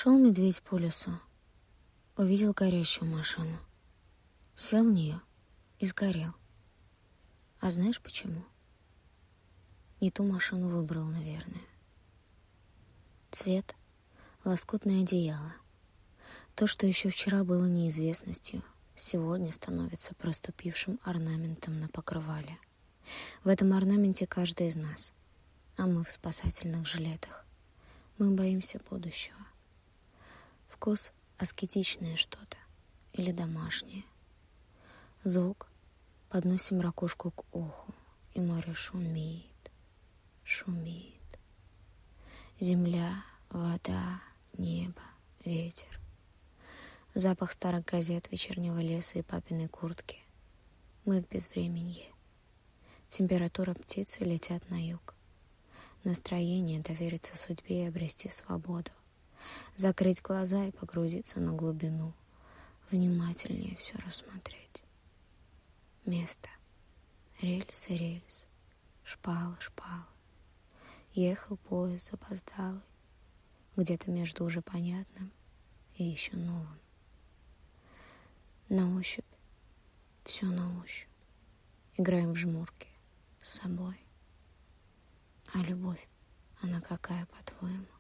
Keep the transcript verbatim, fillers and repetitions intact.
Шел медведь по лесу, увидел горящую машину, сел в нее и сгорел. А знаешь почему? Не ту машину выбрал, наверное. Цвет — лоскутное одеяло. То, что еще вчера было неизвестностью, сегодня становится проступившим орнаментом на покрывале. В этом орнаменте каждый из нас, а мы в спасательных жилетах. Мы боимся будущего. Вкус — аскетичное что-то или домашнее. Звук — подносим ракушку к уху, и море шумит, шумит. Земля, вода, небо, ветер. Запах старых газет, вечернего леса и папиной куртки. Мы в безвременье. Температура птицы летят на юг. Настроение довериться судьбе и обрести свободу. Закрыть глаза и погрузиться на глубину. Внимательнее все рассмотреть. Место. Рельсы, рельсы. Шпалы, шпалы. Ехал поезд запоздалый. Где-то между уже понятным и еще новым. На ощупь. Все на ощупь. Играем в жмурки с собой. А любовь, она какая, по-твоему?